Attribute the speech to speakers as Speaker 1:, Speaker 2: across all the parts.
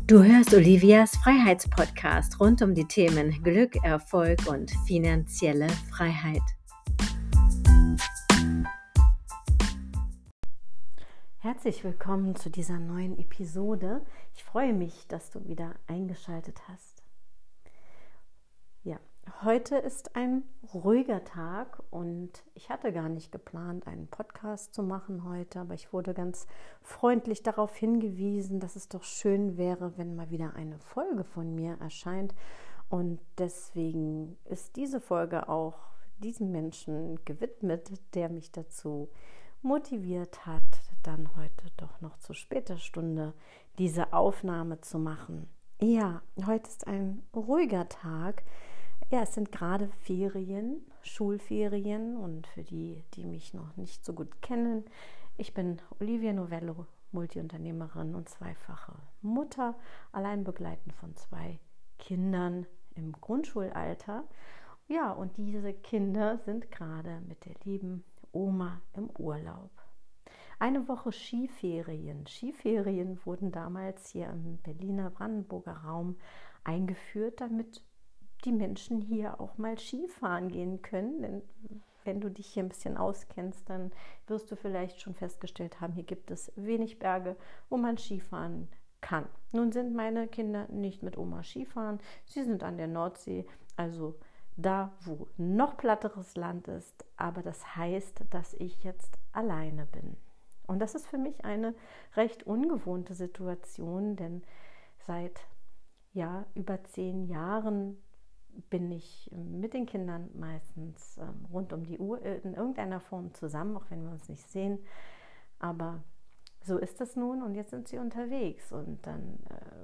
Speaker 1: Du hörst Olivias Freiheitspodcast rund um die Themen Glück, Erfolg und finanzielle Freiheit. Herzlich willkommen zu dieser neuen Episode. Ich freue mich, dass du wieder eingeschaltet hast. Ja, heute ist ein ruhiger Tag und ich hatte gar nicht geplant, einen Podcast zu machen heute, aber ich wurde ganz freundlich darauf hingewiesen, dass es doch schön wäre, wenn mal wieder eine Folge von mir erscheint. Und deswegen ist diese Folge auch diesem Menschen gewidmet, der mich dazu motiviert hat, dann heute doch noch zu später Stunde diese Aufnahme zu machen. Ja, heute ist ein ruhiger Tag. Ja, es sind gerade Ferien, Schulferien, und für die, die mich noch nicht so gut kennen, ich bin Olivia Novello, Multiunternehmerin und zweifache Mutter, allein begleitend von 2 Kindern im Grundschulalter. Ja, und diese Kinder sind gerade mit der lieben Oma im Urlaub. Eine Woche Skiferien. Skiferien wurden damals hier im Berliner Brandenburger Raum eingeführt, damit die Menschen hier auch mal Skifahren gehen können. Denn wenn du dich hier ein bisschen auskennst, dann wirst du vielleicht schon festgestellt haben, hier gibt es wenig Berge, wo man Skifahren kann. Nun sind meine Kinder nicht mit Oma Skifahren, sie sind an der Nordsee, also da, wo noch platteres Land ist, aber das heißt, dass ich jetzt alleine bin. Und das ist für mich eine recht ungewohnte Situation, denn seit über 10 Jahren bin ich mit den Kindern meistens rund um die Uhr in irgendeiner Form zusammen, auch wenn wir uns nicht sehen. Aber so ist es nun und jetzt sind sie unterwegs und dann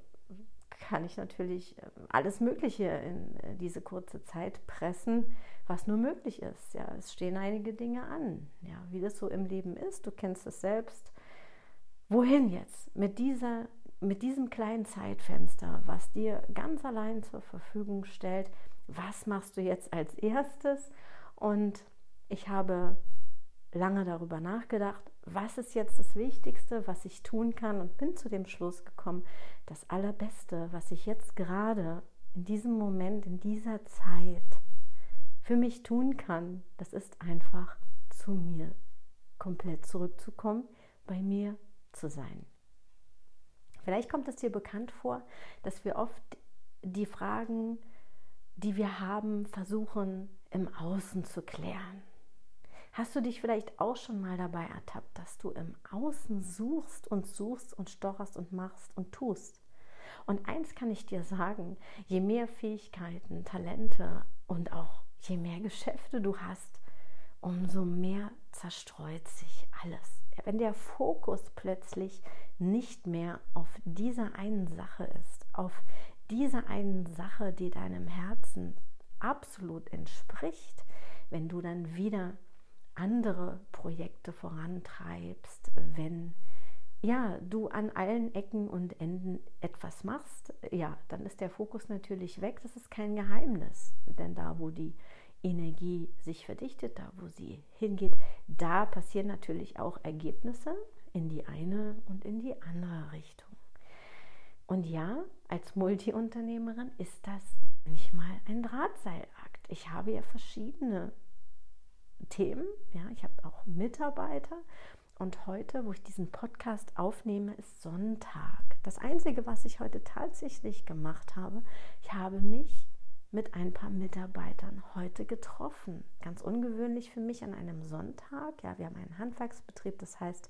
Speaker 1: kann ich natürlich alles Mögliche in diese kurze Zeit pressen, was nur möglich ist. Ja, es stehen einige Dinge an, ja, wie das so im Leben ist. Du kennst es selbst. Wohin jetzt mit diesem kleinen Zeitfenster, was dir ganz allein zur Verfügung stellt? Was machst du jetzt als erstes? Und ich habe lange darüber nachgedacht, was ist jetzt das Wichtigste, was ich tun kann, und bin zu dem Schluss gekommen, das Allerbeste, was ich jetzt gerade in diesem Moment, in dieser Zeit für mich tun kann, das ist einfach zu mir komplett zurückzukommen, bei mir zu sein. Vielleicht kommt es dir bekannt vor, dass wir oft die Fragen, die wir haben, versuchen im Außen zu klären. Hast du dich vielleicht auch schon mal dabei ertappt, dass du im Außen suchst und stocherst und machst und tust? Und eins kann ich dir sagen, je mehr Fähigkeiten, Talente und auch je mehr Geschäfte du hast, umso mehr zerstreut sich alles. Wenn der Fokus plötzlich nicht mehr auf dieser einen Sache ist, auf dieser einen Sache, die deinem Herzen absolut entspricht, wenn du dann wieder andere Projekte vorantreibst, wenn du an allen Ecken und Enden etwas machst, dann ist der Fokus natürlich weg. Das ist kein Geheimnis, denn da, wo die Energie sich verdichtet, da, wo sie hingeht, da passieren natürlich auch Ergebnisse in die eine und in die andere Richtung. Und ja, als Multiunternehmerin ist das manchmal ein Drahtseilakt. Ich habe ja verschiedene Themen, ich habe auch Mitarbeiter, und heute, wo ich diesen Podcast aufnehme, ist Sonntag. Das Einzige, was ich heute tatsächlich gemacht habe, ich habe mich mit ein paar Mitarbeitern heute getroffen. Ganz ungewöhnlich für mich an einem Sonntag. Ja, wir haben einen Handwerksbetrieb, das heißt,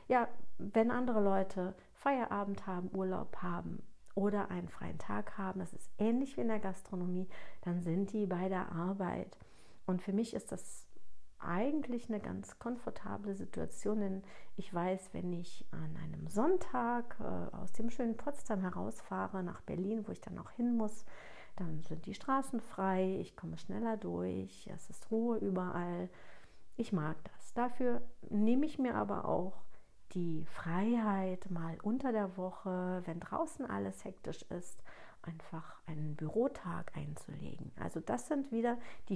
Speaker 1: wenn andere Leute Feierabend haben, Urlaub haben oder einen freien Tag haben, das ist ähnlich wie in der Gastronomie, dann sind die bei der Arbeit. Und für mich ist das eigentlich eine ganz komfortable Situation, denn ich weiß, wenn ich an einem Sonntag aus dem schönen Potsdam herausfahre nach Berlin, wo ich dann auch hin muss, dann sind die Straßen frei, ich komme schneller durch, es ist Ruhe überall. Ich mag das. Dafür nehme ich mir aber auch die Freiheit, mal unter der Woche, wenn draußen alles hektisch ist, einfach einen Bürotag einzulegen. Also das sind wieder die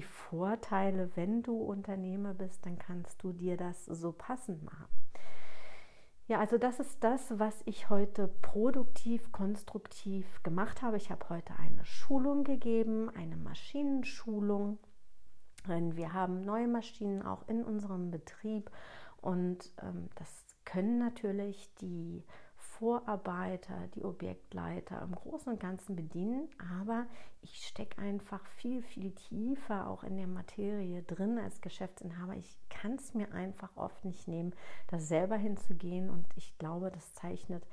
Speaker 1: Vorteile, wenn du Unternehmer bist, dann kannst du dir das so passend machen. Ja, also das ist das, was ich heute produktiv, konstruktiv gemacht habe. Ich habe heute eine Schulung gegeben, eine Maschinenschulung. Wir haben neue Maschinen auch in unserem Betrieb und das können natürlich die Vorarbeiter, die Objektleiter im Großen und Ganzen bedienen, aber ich stecke einfach viel, viel tiefer auch in der Materie drin als Geschäftsinhaber. Ich kann es mir einfach oft nicht nehmen, da selber hinzugehen, und ich glaube, das zeichnet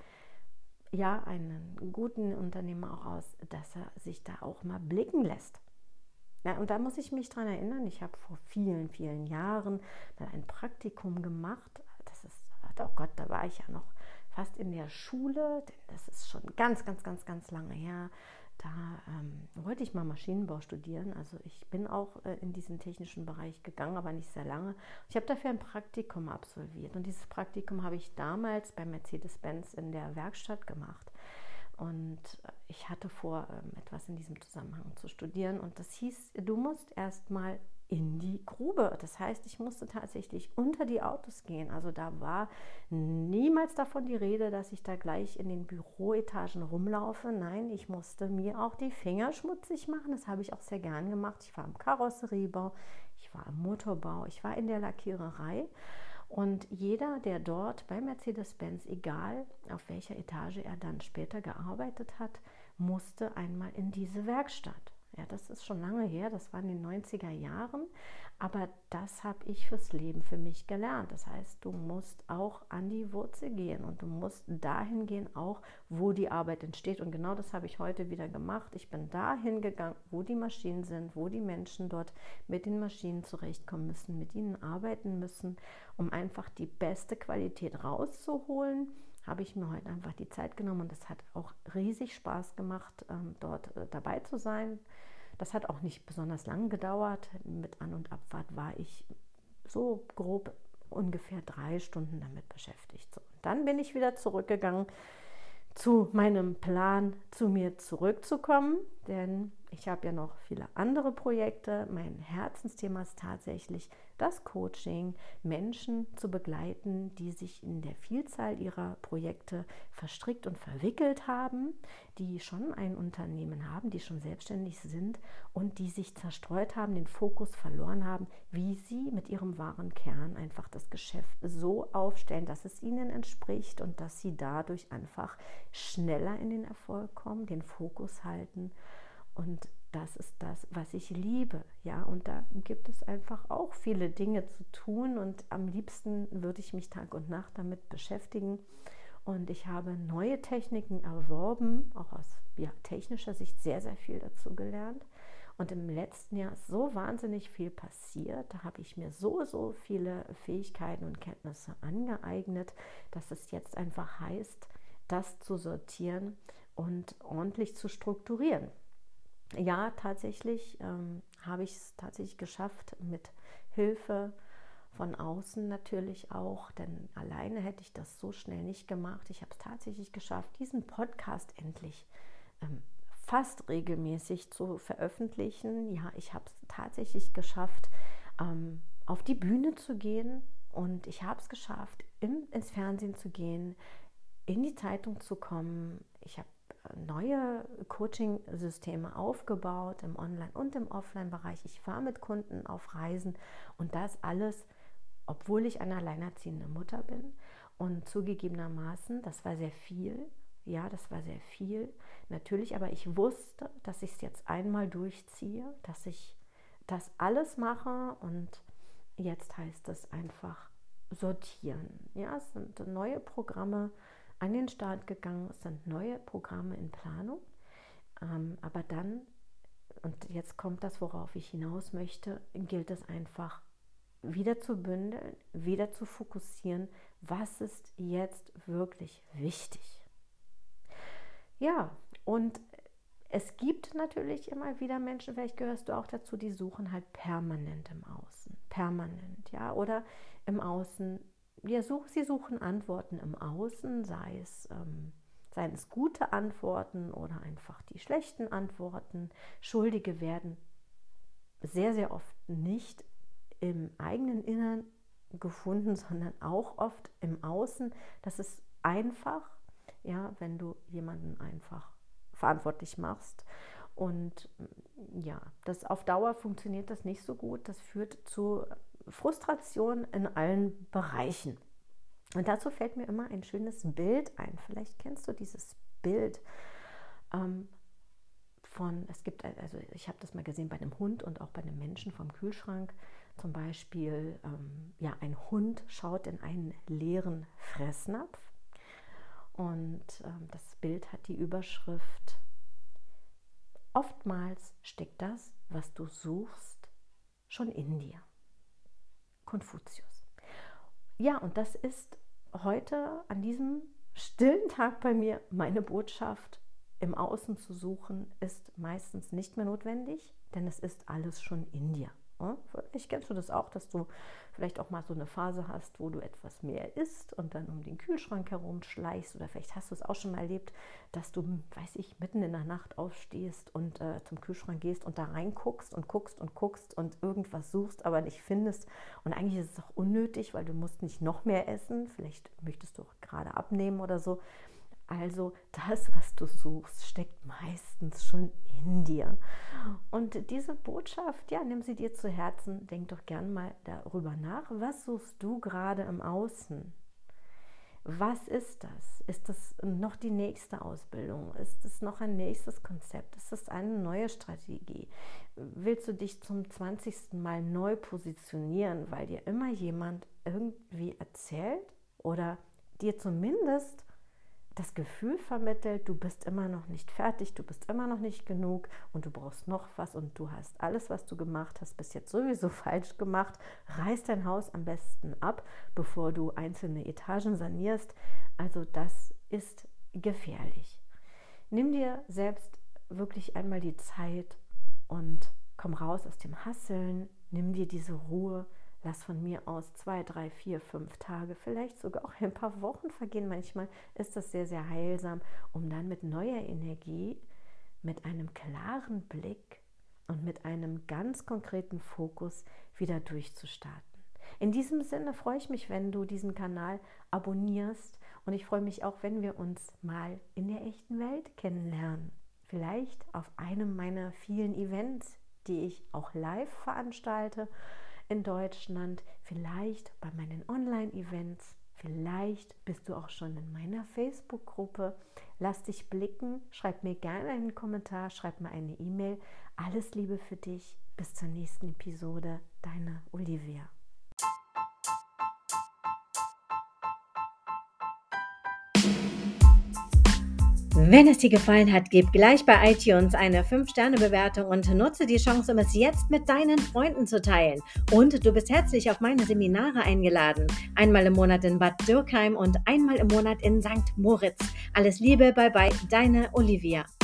Speaker 1: ja einen guten Unternehmer auch aus, dass er sich da auch mal blicken lässt. Ja, und da muss ich mich dran erinnern, ich habe vor vielen, vielen Jahren mal ein Praktikum gemacht. Das ist, oh Gott, da war ich ja noch fast in der Schule, denn das ist schon ganz, ganz, ganz, ganz lange her. Da wollte ich mal Maschinenbau studieren. Also ich bin auch in diesen technischen Bereich gegangen, aber nicht sehr lange. Ich habe dafür ein Praktikum absolviert. Und dieses Praktikum habe ich damals bei Mercedes-Benz in der Werkstatt gemacht. Und ich hatte vor, etwas in diesem Zusammenhang zu studieren. Und das hieß, du musst erstmal in die Grube. Das heißt, ich musste tatsächlich unter die Autos gehen. Also da war niemals davon die Rede, dass ich da gleich in den Büroetagen rumlaufe. Nein, ich musste mir auch die Finger schmutzig machen. Das habe ich auch sehr gern gemacht. Ich war im Karosseriebau, ich war im Motorbau, ich war in der Lackiererei. Und jeder, der dort bei Mercedes-Benz, egal auf welcher Etage er dann später gearbeitet hat, musste einmal in diese Werkstatt. Ja, das ist schon lange her, das war in den 90er Jahren, aber das habe ich fürs Leben für mich gelernt. Das heißt, du musst auch an die Wurzel gehen und du musst dahin gehen, auch wo die Arbeit entsteht. Und genau das habe ich heute wieder gemacht. Ich bin dahin gegangen, wo die Maschinen sind, wo die Menschen dort mit den Maschinen zurechtkommen müssen, mit ihnen arbeiten müssen, um einfach die beste Qualität rauszuholen. Habe ich mir heute einfach die Zeit genommen, und es hat auch riesig Spaß gemacht, dort dabei zu sein. Das hat auch nicht besonders lang gedauert. Mit An- und Abfahrt war ich so grob ungefähr 3 Stunden damit beschäftigt. So, und dann bin ich wieder zurückgegangen zu meinem Plan, zu mir zurückzukommen, denn ich habe ja noch viele andere Projekte. Mein Herzensthema ist tatsächlich das Coaching, Menschen zu begleiten, die sich in der Vielzahl ihrer Projekte verstrickt und verwickelt haben, die schon ein Unternehmen haben, die schon selbstständig sind und die sich zerstreut haben, den Fokus verloren haben, wie sie mit ihrem wahren Kern einfach das Geschäft so aufstellen, dass es ihnen entspricht und dass sie dadurch einfach schneller in den Erfolg kommen, den Fokus halten. Und das ist das, was ich liebe. Ja, und da gibt es einfach auch viele Dinge zu tun, und am liebsten würde ich mich Tag und Nacht damit beschäftigen. Und ich habe neue Techniken erworben, auch aus technischer Sicht sehr, sehr viel dazu gelernt. Und im letzten Jahr ist so wahnsinnig viel passiert. Da habe ich mir so viele Fähigkeiten und Kenntnisse angeeignet, dass es jetzt einfach heißt, das zu sortieren und ordentlich zu strukturieren. Ja, tatsächlich habe ich es tatsächlich geschafft, mit Hilfe von außen natürlich auch, denn alleine hätte ich das so schnell nicht gemacht. Ich habe es tatsächlich geschafft, diesen Podcast endlich fast regelmäßig zu veröffentlichen. Ja, ich habe es tatsächlich geschafft, auf die Bühne zu gehen, und ich habe es geschafft, ins Fernsehen zu gehen, in die Zeitung zu kommen. Ich habe neue Coaching-Systeme aufgebaut im Online- und im Offline-Bereich. Ich fahre mit Kunden auf Reisen, und das alles, obwohl ich eine alleinerziehende Mutter bin. Und zugegebenermaßen, das war sehr viel. Ja, das war sehr viel. Natürlich, aber ich wusste, dass ich es jetzt einmal durchziehe, dass ich das alles mache, und jetzt heißt es einfach sortieren. Ja, es sind neue Programme an den Start gegangen, es sind neue Programme in Planung, aber dann, und jetzt kommt das, worauf ich hinaus möchte, gilt es einfach wieder zu bündeln, wieder zu fokussieren, was ist jetzt wirklich wichtig. Ja, und es gibt natürlich immer wieder Menschen, vielleicht gehörst du auch dazu, die suchen halt permanent im Außen, permanent, ja, oder im Außen. Ja, sie suchen Antworten im Außen, seien es gute Antworten oder einfach die schlechten Antworten. Schuldige werden sehr, sehr oft nicht im eigenen Innern gefunden, sondern auch oft im Außen. Das ist einfach, ja, wenn du jemanden einfach verantwortlich machst. Und ja, das auf Dauer funktioniert das nicht so gut. Das führt zu Frustration in allen Bereichen. Und dazu fällt mir immer ein schönes Bild ein. Vielleicht kennst du dieses Bild also ich habe das mal gesehen bei einem Hund und auch bei einem Menschen vom Kühlschrank. Zum Beispiel, ein Hund schaut in einen leeren Fressnapf und das Bild hat die Überschrift: Oftmals steckt das, was du suchst, schon in dir. Konfuzius. Ja, und das ist heute an diesem stillen Tag bei mir meine Botschaft. Im Außen zu suchen ist meistens nicht mehr notwendig, denn es ist alles schon in dir. Vielleicht kennst du das auch, dass du vielleicht auch mal so eine Phase hast, wo du etwas mehr isst und dann um den Kühlschrank herumschleichst, oder vielleicht hast du es auch schon mal erlebt, dass du, mitten in der Nacht aufstehst und zum Kühlschrank gehst und da reinguckst und guckst und irgendwas suchst, aber nicht findest, und eigentlich ist es auch unnötig, weil du musst nicht noch mehr essen, vielleicht möchtest du auch gerade abnehmen oder so. Also das, was du suchst, steckt meistens schon in dir. Und diese Botschaft, ja, nimm sie dir zu Herzen. Denk doch gern mal darüber nach. Was suchst du gerade im Außen? Was ist das? Ist das noch die nächste Ausbildung? Ist es noch ein nächstes Konzept? Ist es eine neue Strategie? Willst du dich zum 20. Mal neu positionieren, weil dir immer jemand irgendwie erzählt oder dir zumindest das Gefühl vermittelt, du bist immer noch nicht fertig, du bist immer noch nicht genug und du brauchst noch was und du hast alles, was du gemacht hast, bis jetzt sowieso falsch gemacht. Reiß dein Haus am besten ab, bevor du einzelne Etagen sanierst. Also das ist gefährlich. Nimm dir selbst wirklich einmal die Zeit und komm raus aus dem Hasseln, nimm dir diese Ruhe. Lass von mir aus 2, 3, 4, 5 Tage, vielleicht sogar auch ein paar Wochen vergehen. Manchmal ist das sehr, sehr heilsam, um dann mit neuer Energie, mit einem klaren Blick und mit einem ganz konkreten Fokus wieder durchzustarten. In diesem Sinne freue ich mich, wenn du diesen Kanal abonnierst, und ich freue mich auch, wenn wir uns mal in der echten Welt kennenlernen. Vielleicht auf einem meiner vielen Events, die ich auch live veranstalte in Deutschland, vielleicht bei meinen Online-Events, vielleicht bist du auch schon in meiner Facebook-Gruppe. Lass dich blicken, schreib mir gerne einen Kommentar, schreib mir eine E-Mail. Alles Liebe für dich, bis zur nächsten Episode, deine Olivia. Wenn es dir gefallen hat, gib gleich bei iTunes eine 5-Sterne-Bewertung und nutze die Chance, um es jetzt mit deinen Freunden zu teilen. Und du bist herzlich auf meine Seminare eingeladen. Einmal im Monat in Bad Dürkheim und einmal im Monat in St. Moritz. Alles Liebe, bye bye, deine Olivia.